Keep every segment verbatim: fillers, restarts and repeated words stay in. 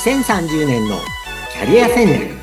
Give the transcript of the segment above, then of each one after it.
せんさんじゅうねんのキャリア戦略。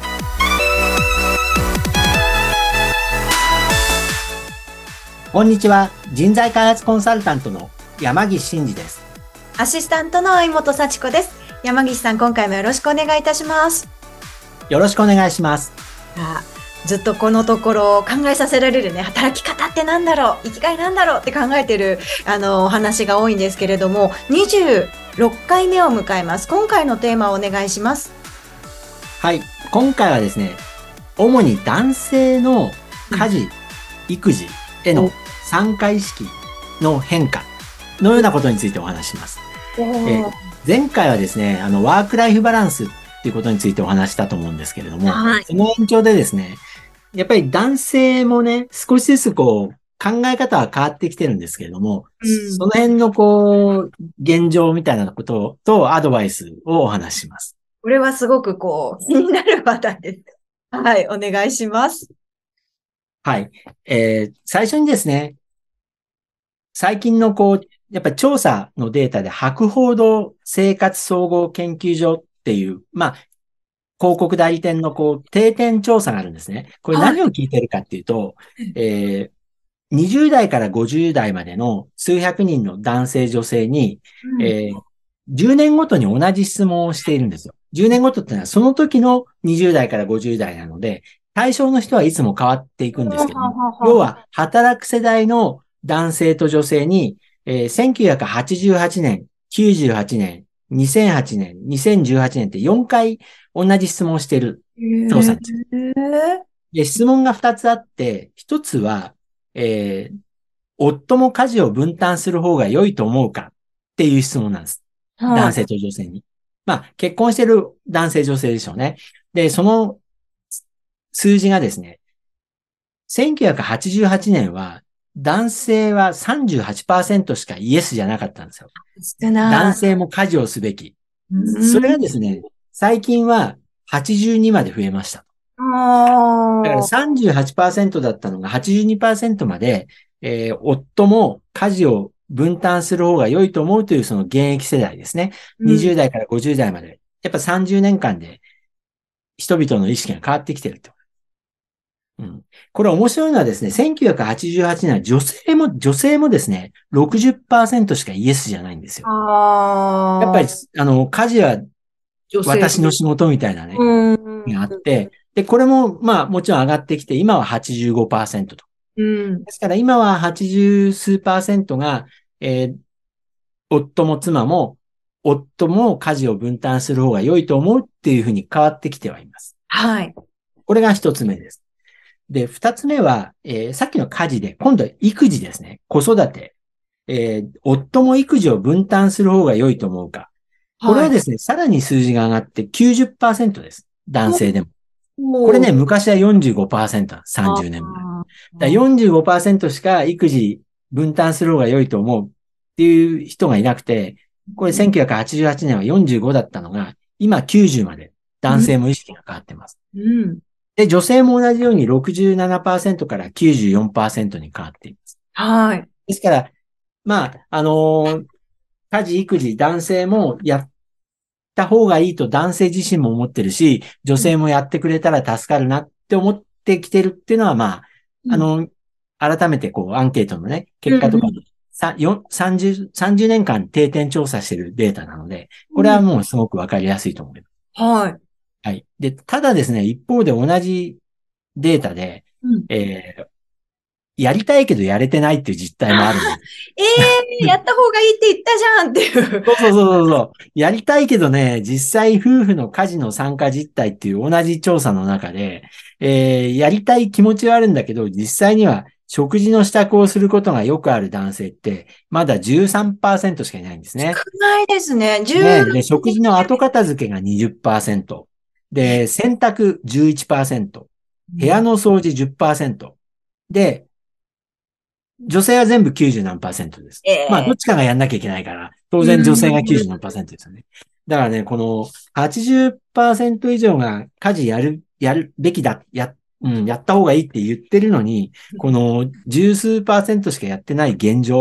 こんにちは。人材開発コンサルタントの山岸真嗣です。 アシスタントの相本幸子です。山岸さん、今回もよろしくお願いいたします。 よろしくお願いします。 あずっとこのところ考えさせられるね、働き方ってなんだろう、生きがいなんだろうって考えてるあのお話が多いんですけれども、にじゅうろっかいめを迎えます。今回のテーマをお願いします。 はい。今回はですね、主に男性の家事、うん、育児への参加意識の変化のようなことについてお話しします。えー、前回はですね、あのワークライフバランスっていうことについてお話したと思うんですけれども、はい、その延長でですね、やっぱり男性もね、少しずつこう、考え方は変わってきてるんですけれども、うん、その辺のこう、現状みたいなこととアドバイスをお話しします。 これはすごくこう、気になる話題です。はい、お願いします。 はい。えー、最初にですね、最近のこう、やっぱり調査のデータで博報堂生活総合研究所っていう、まあ、広告代理店のこう定点調査があるんですね。これ何を聞いてるかっていうと、はい、えー、にじゅう代からごじゅう代までの数百人の男性女性に、うん、えー、じゅうねんごとに同じ質問をしているんですよ。じゅうねんごとってのはその時のにじゅう代からごじゅう代なので、対象の人はいつも変わっていくんですけども、要は働く世代の男性と女性に、えー、せんきゅうひゃくはちじゅうはちねん、きゅうじゅうはちねん、にせんはちねん、にせんじゅうはちねんってよんかい同じ質問をしている調査です。で、質問がふたつあって、ひとつは、えー、夫も家事を分担する方が良いと思うかっていう質問なんです。はい、男性と女性に。まあ、結婚している男性女性でしょうね。で、その数字がですね、せんきゅうひゃくはちじゅうはちねんは男性は さんじゅうはちパーセント しかイエスじゃなかったんですよ。男性も家事をすべき。それがですね、最近ははちじゅうにまで増えました。だから さんじゅうはちパーセント だったのが はちじゅうにパーセント まで、えー、夫も家事を分担する方が良いと思うというその現役世代ですね。うん、にじゅう代からごじゅう代まで。やっぱさんじゅうねんかんで人々の意識が変わってきてると。うん、これ面白いのはですね、せんきゅうひゃくはちじゅうはちねんは女性も、女性もですね、ろくじゅっパーセント しかイエスじゃないんですよ。あやっぱり、あの、家事は私の仕事みたいなね、があって、で、これも、まあ、もちろん上がってきて、今は はちじゅうごパーセント と。うん、ですから、今ははちじゅう数パーセントが、えー、夫も妻も、夫も家事を分担する方が良いと思うっていうふうに変わってきてはいます。 はい。 これが一つ目です。で、二つ目は、えー、さっきの家事で、今度は育児ですね。子育て。えー、夫も育児を分担する方が良いと思うか。これはですね、はい、さらに数字が上がって きゅうじゅっパーセント です。男性でも。これね、昔は よんじゅうごパーセント、さんじゅうねんまえ。だ よんじゅうごパーセント しか育児分担する方が良いと思うっていう人がいなくて、これせんきゅうひゃくはちじゅうはちねんはよんじゅうごだったのが、今きゅうじゅうまで男性も意識が変わってます。うん、で、女性も同じように ろくじゅうななパーセント から きゅうじゅうよんパーセント に変わっています。 はい。 ですから、まあ、あのー、家事、育児、男性もやった方がいいと男性自身も思ってるし、女性もやってくれたら助かるなって思ってきてるっていうのは、まあ、あの、改めてこう、アンケートのね、結果とか、ささんじゅう、さんじゅうねんかん定点調査してるデータなので、これはもうすごくわかりやすいと思います。 はい。 はい。で、ただですね、一方で同じデータで、うん、えー、やりたいけどやれてないっていう実態もあるんです。 ええー、やった方がいいって言ったじゃんっていう。 そうそうそうそう。やりたいけどね、実際夫婦の家事の参加実態っていう同じ調査の中で、えー、やりたい気持ちはあるんだけど、実際には食事の支度をすることがよくある男性って、まだ じゅうさんパーセント しかいないんですね。 少ないですね。じゅうねで、食事の後片付けが にじゅっパーセント。で、洗濯 じゅういちパーセント。部屋の掃除 じゅっパーセント。で、女性は全部きゅうじゅうなんパーセントです。えー、まあ、どっちかがやんなきゃいけないから、当然女性がきゅうじゅうなんパーセントですよね。だからね、この はちじゅっパーセント 以上が家事やる、やるべきだ、や、うん、やった方がいいって言ってるのに、この十数パーセントしかやってない現状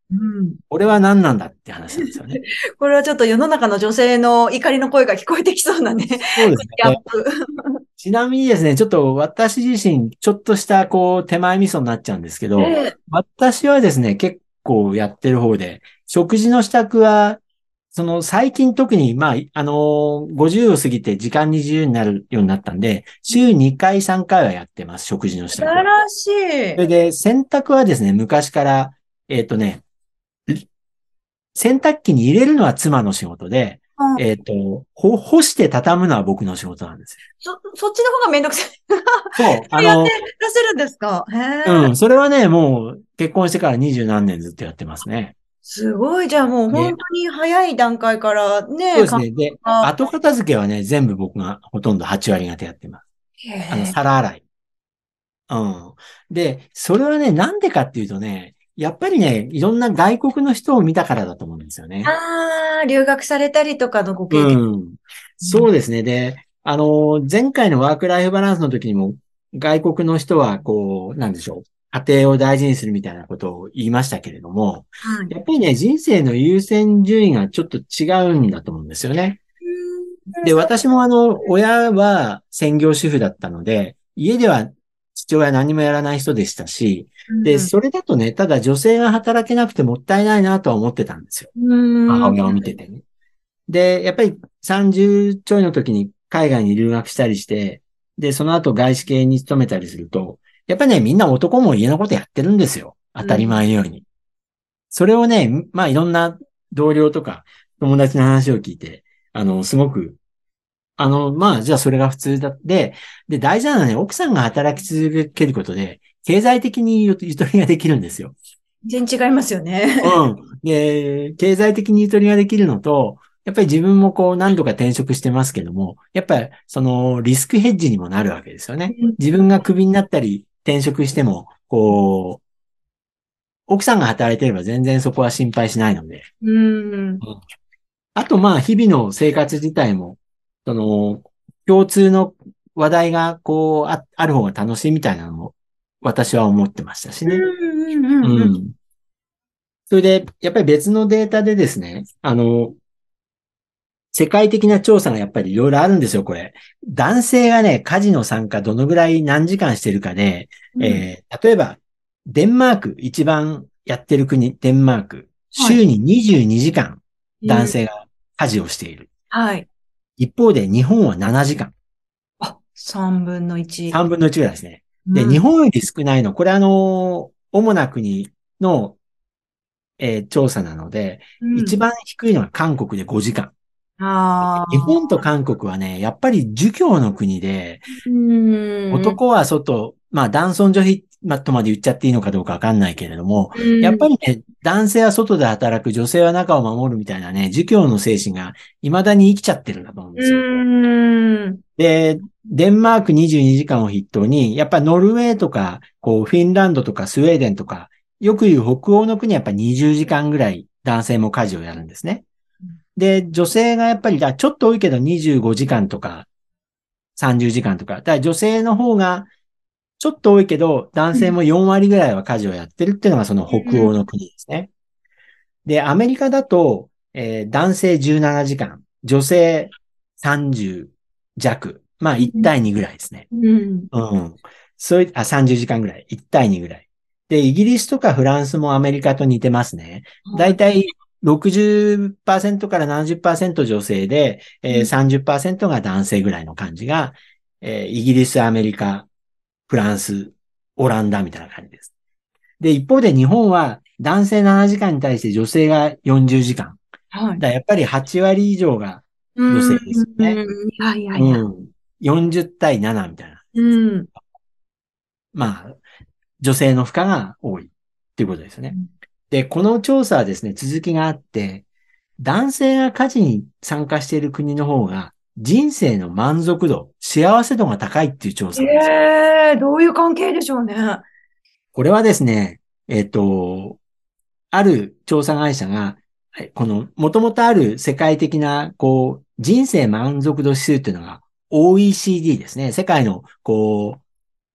うん。 これは何なんだって話なんですよね。 これはちょっと世の中の女性の怒りの声が聞こえてきそうなね、 そうですギャッね。 プ。 ちなみにですね、ちょっと私自身、ちょっとしたこう手前味噌になっちゃうんですけど、 ええ。 私はですね、結構やってる方で、食事の支度は、その最近特に、まあ、あのごじゅうを過ぎて時間に自由になるようになったんで、週にかい、さんかいはやってます、食事の支素度は。 晴らしい。 それで、洗濯はですね、昔から、えっとね、洗濯機に入れるのは妻の仕事で、 うん。 えっと、ほ干して畳むのは僕の仕事なんですよ。 そ、そっちの方がめんどくさい。 そう、あやっての、 らせるんですか？へえ。 うん、それはね、もう結婚してから二十何年ずっとやってますね。 すごい。じゃあもう本で、 当に早い段階からね、かそうですね。で、 が、 後片付けはね、全部僕がほとんどはち割方やってます。あの、 へえ。 皿洗い。うん。で、それはね、なんでかっていうとね、やっぱりね、いろんな外国の人を見たからだと思うんですよね。 ああ、留学されたりとかのご経験。 うん。 うん。 そうですね。で、あの、前回のワークライフバランスの時にも、外国の人は、こう、なんでしょう。家庭を大事にするみたいなことを言いましたけれども、 はい。 やっぱりね、人生の優先順位がちょっと違うんだと思うんですよね。 うーん、 で、 そう。 私もあの、親は専業主婦だったので、家では父親何もやらない人でしたし、で、 うん。 それだとね、ただ女性が働けなくてもったいないなとは思ってたんですよ。 うーん。 母親を見ててね。で、やっぱりさんじゅうちょいの時に海外に留学したりして、で、その後外資系に勤めたりすると、やっぱりね、みんな男も家のことやってるんですよ。当たりうん。 前のように。それをね、まあいろんな同僚とか友達の話を聞いて、あの、すごく、あの、まあじゃあそれが普通だって、で、大事なのはね、奥さんが働き続けることで、経済的にゆゆとりができるんですよ。 全然違いますよね。 うん。で、経済的にゆとりができるのと、やっぱり自分もこう何度か転職してますけども、やっぱりそのリスクヘッジにもなるわけですよね。自分がクビになったり転職しても、こう、奥さんが働いてれば全然そこは心配しないので。 うん。 うん。あとまあ日々の生活自体も、その、共通の話題がこうあ、ある方が楽しいみたいなのも私は思ってましたしうね。 ん。うん。うん。うん。 うん。それで、やっぱり別のデータでですね、あの、世界的な調査がやっぱりいろいろあるんですよ、これ。男性がね、家事の参加どのぐらい何時間してるかで、 うん。 えー例えば、デンマーク、一番やってる国、デンマーク、 はい。 週ににじゅうにじかんうん。 男性が家事をしている。 はい。 一方で日本はしちじかん。 あ、さんぶんのいち。 さんぶんのいちぐらいですね。で、日うん。 本より少ないの、これあの、主な国の、えー調査なので、 うん。 一番低いのは韓国でごじかん。 あ日本とあ。 韓国はね、やっぱり儒教の国で、 うん。 男は外、まあ男尊女卑まとまで言っちゃっていいのかどうかわかんないけれども、 うやっぱん。 りね、男性は外で働く、女性は中を守るみたいなね、儒教の精神が未だに生きちゃってるんだと思うんですよ。 うん。 で、デンマークにじゅうにじかんを筆頭に、やっぱノルウェーとか、こう、フィンランドとかスウェーデンとか、よく言う北欧の国はやっぱにじゅうじかんぐらい男性も家事をやるんですね。で、女性がやっぱり、だちょっと多いけどにじゅうごじかんとかさんじゅうじかんとか。だから女性の方がちょっと多いけど、男性もよん割ぐらいは家事をやってるっていうのがその北欧の国ですね。で、アメリカだと、えー男性じゅうななじかん、女性さんじゅう弱。まあいち対にぐらいですね。 うん。 うん。そういう、あ、さんじゅうじかんぐらい。いち対にぐらい。で、イギリスとかフランスもアメリカと似てますね。だはい。 いたいろくじゅっパーセントからななじゅっパーセント女性で、えー、 うん。 さんじゅっパーセントが男性ぐらいの感じが、えーイギリス、アメリカ、フランス、オランダみたいな感じです。で、一方で日本は男性ななじかんに対して女性がよんじゅうじかん。 はい。 だからやっぱりはち割以上がう女性ん。 ですよね。 いやいやいや。 うん。よんじゅう対ななみたいな。 うん。 まあ、女性の負荷が多いっていうことですね。で、この調査はですね、続きがあって、男性が家事に参加している国の方が人生の満足度、幸せ度が高いっていう調査なんですよ。 ええ、どういう関係でしょうね。 これはですね、えっと、ある調査会社が、はいこの、もともとある世界的な、こう、人生満足度指数っていうのが オーイーシーディー ですね。世界の、こう、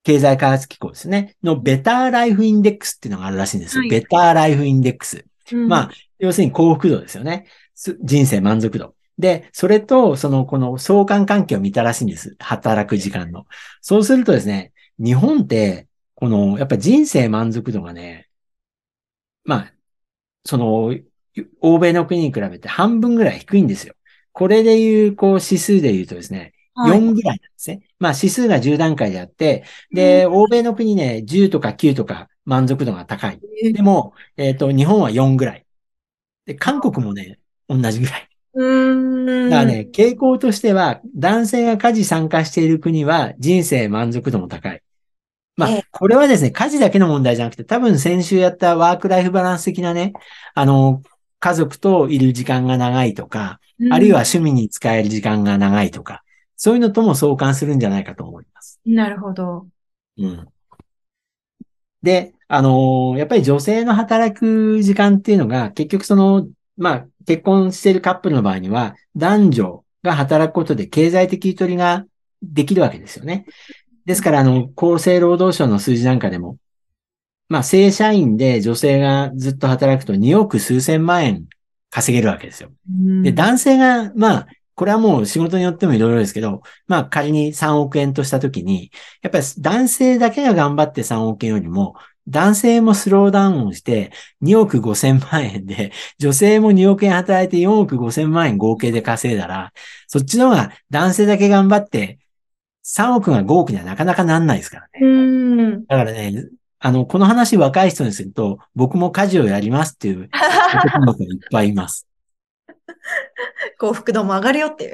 経済開発機構ですね、のベターライフインデックスっていうのがあるらしいんですよ。 はい。 ベターライフインデックス。 うん。 まあ、要するに幸福度ですよね。す人生満足度。で、それと、その、この相関関係を見たらしいんです。働く時間の。そうするとですね、日本って、この、やっぱり人生満足度がね、まあ、その、欧米の国に比べて半分ぐらい低いんですよ。これでいう、こう、指数で言うとですね、 はい。 よんぐらいなんですね。まあ、指数がじゅう段階であって、 うん。 で、欧米の国ね、じゅうとかきゅうとか満足度が高い。 えでも、えっと、日本はよんぐらい。で、韓国もね、同じぐらい。 うーん。 だからね、傾向としては、男性が家事参加している国は人生満足度も高い。まえ、 あ、これはですね、家事だけの問題じゃなくて、多分先週やったワークライフバランス的なね、あの、家族といる時間が長いとか、 うん。 あるいは趣味に使える時間が長いとか、そういうのとも相関するんじゃないかと思います。 なるほど。 うん。で、あのやっぱり女性の働く時間っていうのが、結局その、まあ、結婚しているカップルの場合には、男女が働くことで経済的ゆとりができるわけですよね。ですから、あの、厚生労働省の数字なんかでも、まあ、正社員で女性がずっと働くとにおく数千万円稼げるわけですよ。 うで、 ん。 男性が、まあ、これはもう仕事によってもいろいろですけど、まあ仮にさんおく円としたときに、やっぱり男性だけが頑張ってさんおく円よりも、男性もスローダウンをしてにおくごせん万円で、女性もにおく円働いてよんおくごせん万円合計で稼いだら、そっちの方が男性だけ頑張ってさんおくがごおくにはなかなかなんないですからうね。 ん。 だからね、あの、この話若い人にすると、僕も家事をやりますっていう男の子がいっぱいいます。 幸福度も上がるよっていう。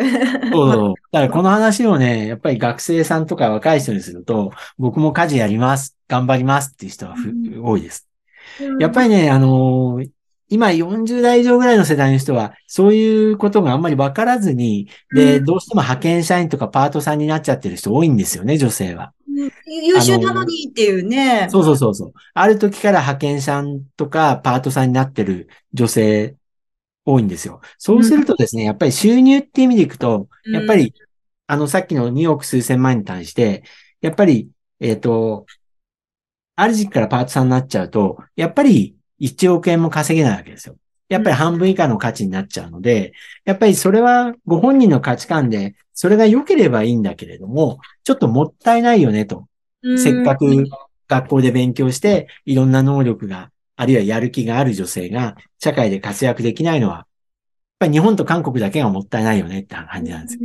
ま、 そうそう。だからこの話をね、やっぱり学生さんとか若い人にすると、僕も家事やります、頑張りますっていう人はふ多いです。やっぱりね、あのー今よんじゅう代以上ぐらいの世代の人は、そういうことがあんまりわからずに、で、 うん。 どうしても派遣社員とかパートさんになっちゃってる人多いんですよね、女性は。 うん、優あの秀なのにっていうね。 そうそうそうそう。ある時から派遣さんとかパートさんになってる女性多いんですよ。そううん。 するとですね、やっぱり収入って意味でいくと、やっうん。 ぱり、あの、さっきのにおく数千万円に対して、やっぱり、えっと、ある時期からパートさんになっちゃうと、やっぱりいちおく円も稼げないわけですよ。やっぱり半分以下の価値になっちゃうので、やっぱりそれはご本人の価値観で、それが良ければいいんだけれども、ちょっともったいないよねと。せっうん。 かく学校で勉強して、いろんな能力が、あるいはやる気がある女性が、社会で活躍できないのは、やっぱり日本と韓国だけがもったいないよねって感じなんですよ。 うん。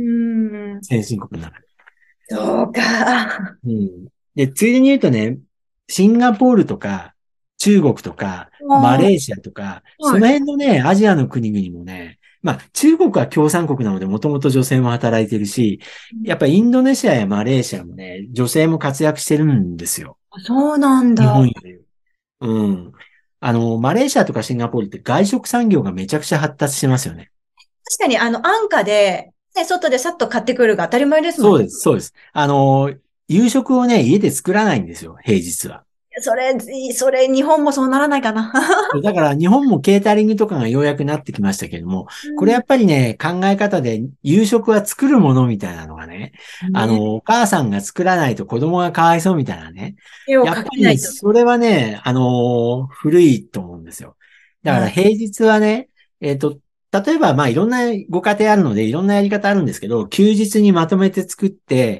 先進国の中で。 そうか。 うん。で、ついでに言うとね、シンガポールとか、中国とか、マああ、 レーシアとか、そのはい。 辺のね、アジアの国々もね、まあ、中国は共産国なので、もともと女性も働いてるし、やっぱりインドネシアやマレーシアもね、女性も活躍してるんですよ。 そうなん日本だ。 より。うん。あの、マレーシアとかシンガポールって外食産業がめちゃくちゃ発達してますよね。 確かに、あの、安価で、ね、外でさっと買ってくるが当たり前ですもんね。 そうです、そうです。あの、夕食をね、家で作らないんですよ、平日は。 それ、それ、日本もそうならないかな。 だから日本もケータリングとかがようやくなってきましたけども、 うん。 これやっぱりね、考え方で夕食は作るものみたいなのがね、あね、 の、お母さんが作らないと子供がかわいそうみたいなね。 手をやっぱりね、 かけないと。 それはね、あの、古いと思うんですよ。だからあ、 平日はね、えっと、例えばまあいろんなご家庭あるのでいろんなやり方あるんですけど、休日にまとめて作って、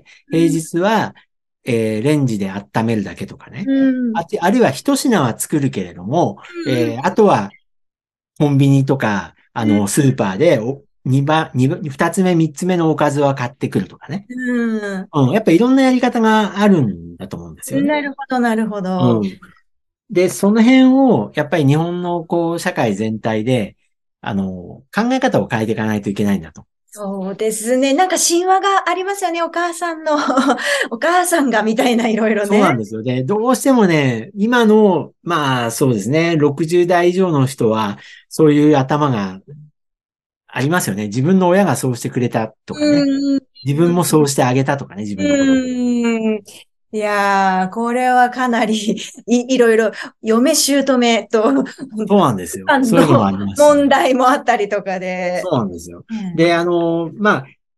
平うん。 日は、えーレンジで温めるだけとかね。 うん。 あて、あるいは一品は作るけれども、 うん。 えーあとはコンビニとか、あうん。 の、スーパーでお、二番、二番、二つ目、三つ目のおかずは買ってくるとかね。 ううん。やっぱいろんなやり方があるんだと思うんですよん。 ね。 なるほど、なるほど。 うん。で、その辺を、やっぱり日本の、こう、社会全体で、あの、考え方を変えていかないといけないんだと。 そうですね。なんか神話がありますよね。お母さんのお母さんがみたいないろいろね。 そうなんですよ。で、どうしてもね、今の、まあそうですね、ろくじゅう代以上の人は、そういう頭がありますよね。自分の親がそうしてくれたとかね。 うん。 自分もそうしてあげたとかね、自分の子供。 うん。いやー、これはかなりい、いろいろ、嫁姑と、 そうなんですよ。 あの、 そういうのもありますし。 問題もあったりとかで。 そうなんですよ。 うん。 で、あの、まあ、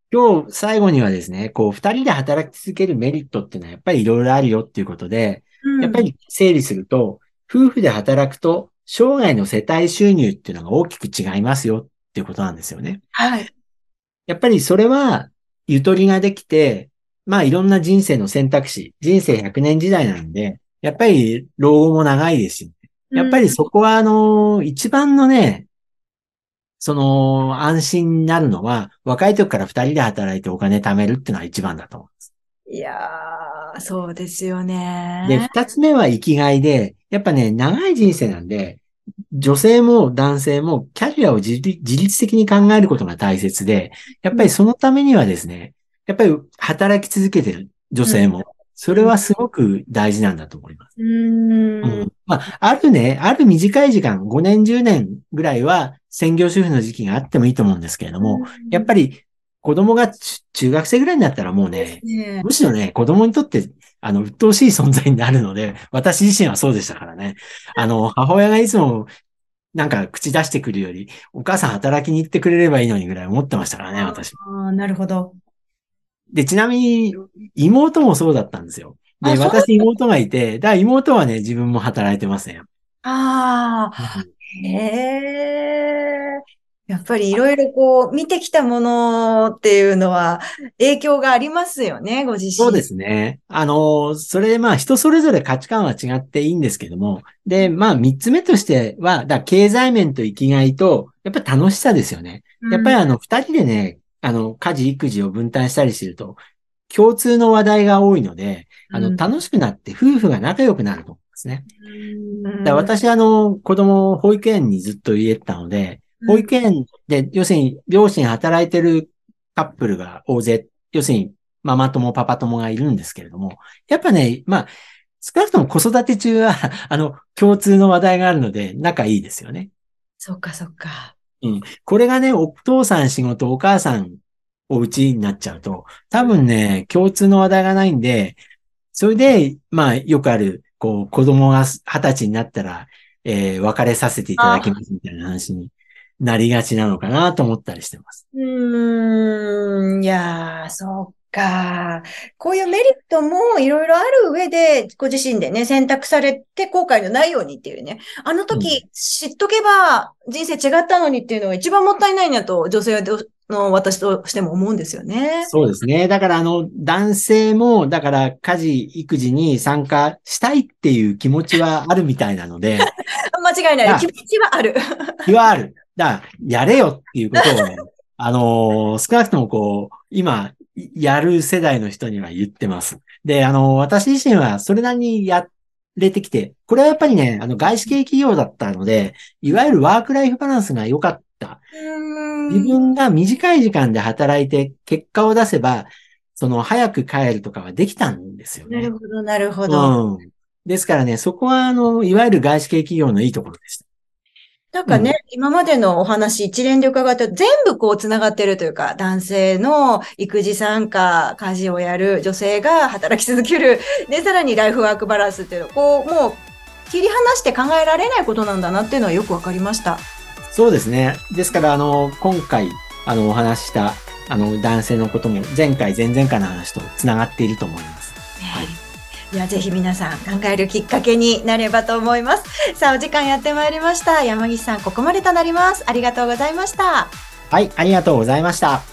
今日最後にはですね、こう、二人で働き続けるメリットっていうのはやっぱりいろいろあるよっていうことで、 うん。 やっぱり整理すると、夫婦で働くと、生涯の世帯収入っていうのが大きく違いますよっていうことなんですよね。 はい。 やっぱりそれは、ゆとりができて、まあいろんな人生の選択肢、人生ひゃくねん時代なんで、やっぱり老後も長いですし、やっぱりうん。 そこはあの、一番のね、その安心になるのは、若い時から二人で働いてお金貯めるっていうのは一番だと思う。 いやー、そうですよで、 ね。 二つ目は生きがいで、やっぱね、長い人生なんで、女性も男性もキャリアを自立自律的に考えることが大切で、やっぱりうん。 そのためにはですね、やっぱり働き続けてる女うん。 性も、それうん。 はすごく大事なんだと思います。 うーん。 うん。まあ、あるね、ある短い時間、ごねん、じゅうねんぐらいは専業主婦の時期があってもいいと思うんですけれどうも、やっん。 ぱり子供がち中学生ぐらいになったらもうですね、 ね。 むしろね、子供にとって、あの、鬱陶しい存在になるので、私自身はそうでしたからね。あの、母親がいつもなんか口出してくるより、お母さん働きに行ってくれればいいのにぐらい思ってましたからね、私。 ああ、なるほど。 で、ちなみに、妹もそうだったんですよ。 あ、 で、 そう。 私妹がいて、だから妹はね、自分も働いてますね。 ああ、 うん。 へえ。やっぱりいろいろこう見てきたものっていうのは影響がありますよね、ご自身。 そうですね。あの、それでまあ人それぞれ価値観は違っていいんですけども、で、まあ三つ目としては、だから経済面と生きがいと、やっぱり楽しさですよね。 うん。 やっぱりあの二人でね、あの、家事育児を分担したりすると、共通の話題が多いので、あの、 うん。 楽しくなって夫婦が仲良くなると思うんですね。 うん。 だから私、あの、子供を保育園にずっと入れてたので、保うん。 育園で、要するに、両親働いてるカップルが大勢、要するに、ママ友、パパ友がいるんですけれども、やっぱね、まあ、少なくとも子育て中は、あの、共通の話題があるので、仲いいですよね。 そっかそっか。 うん。これがね、お父さん仕事、お母さんお家になっちゃうと、多うん。 分ね、共通の話題がないんで、それで、まあ、よくある、こう、子供が二十歳になったら、えー別れさせていただきあ、 ますみたいな話になりがちなのかなと思ったりしてます。 うーん、いやー、そっか。こういうメリットもいろいろある上で、ご自身でね、選択されて後悔のないようにっていうね。あのうん。 時知っとけば人生違ったのにっていうのが一番もったいないなと、女性の私としても思うんですよね。 そうですね。だから、あの、男性も、だから、家事、育児に参加したいっていう気持ちはあるみたいなので、 間違いない。気だ持ちはある。 気はある。だから、やれよっていうことをね、あのー少なくともこう、今、やる世代の人には言ってます。で、あのー私自身はそれなりにやれてきて、これはやっぱりね、あの、外資系企業だったので、いわゆるワークライフバランスが良かった。 うーん。 自分が短い時間で働いて結果を出せば、その、早く帰るとかはできたんですよね。 なるほど、なるほど。 うん。ですからね、そこは、あの、いわゆる外資系企業のいいところでした。 なんかね、 うん。 今までのお話一連で伺って全部こう繋がってるというか、男性の育児参加、家事をやる女性が働き続ける。で、さらにライフワークバランスっていうのを、こう、もう切り離して考えられないことなんだなっていうのはよくわかりました。 そうですね。ですから、あの、今回、あの、お話しした、あの、男性のことも、前回、前々回の話とつながっていると思います。はい。 いや、ぜひ皆さん考えるきっかけになればと思います。さあ、お時間やってまいりました。山岸さん、ここまでとなります。ありがとうございました。 はい、ありがとうございました。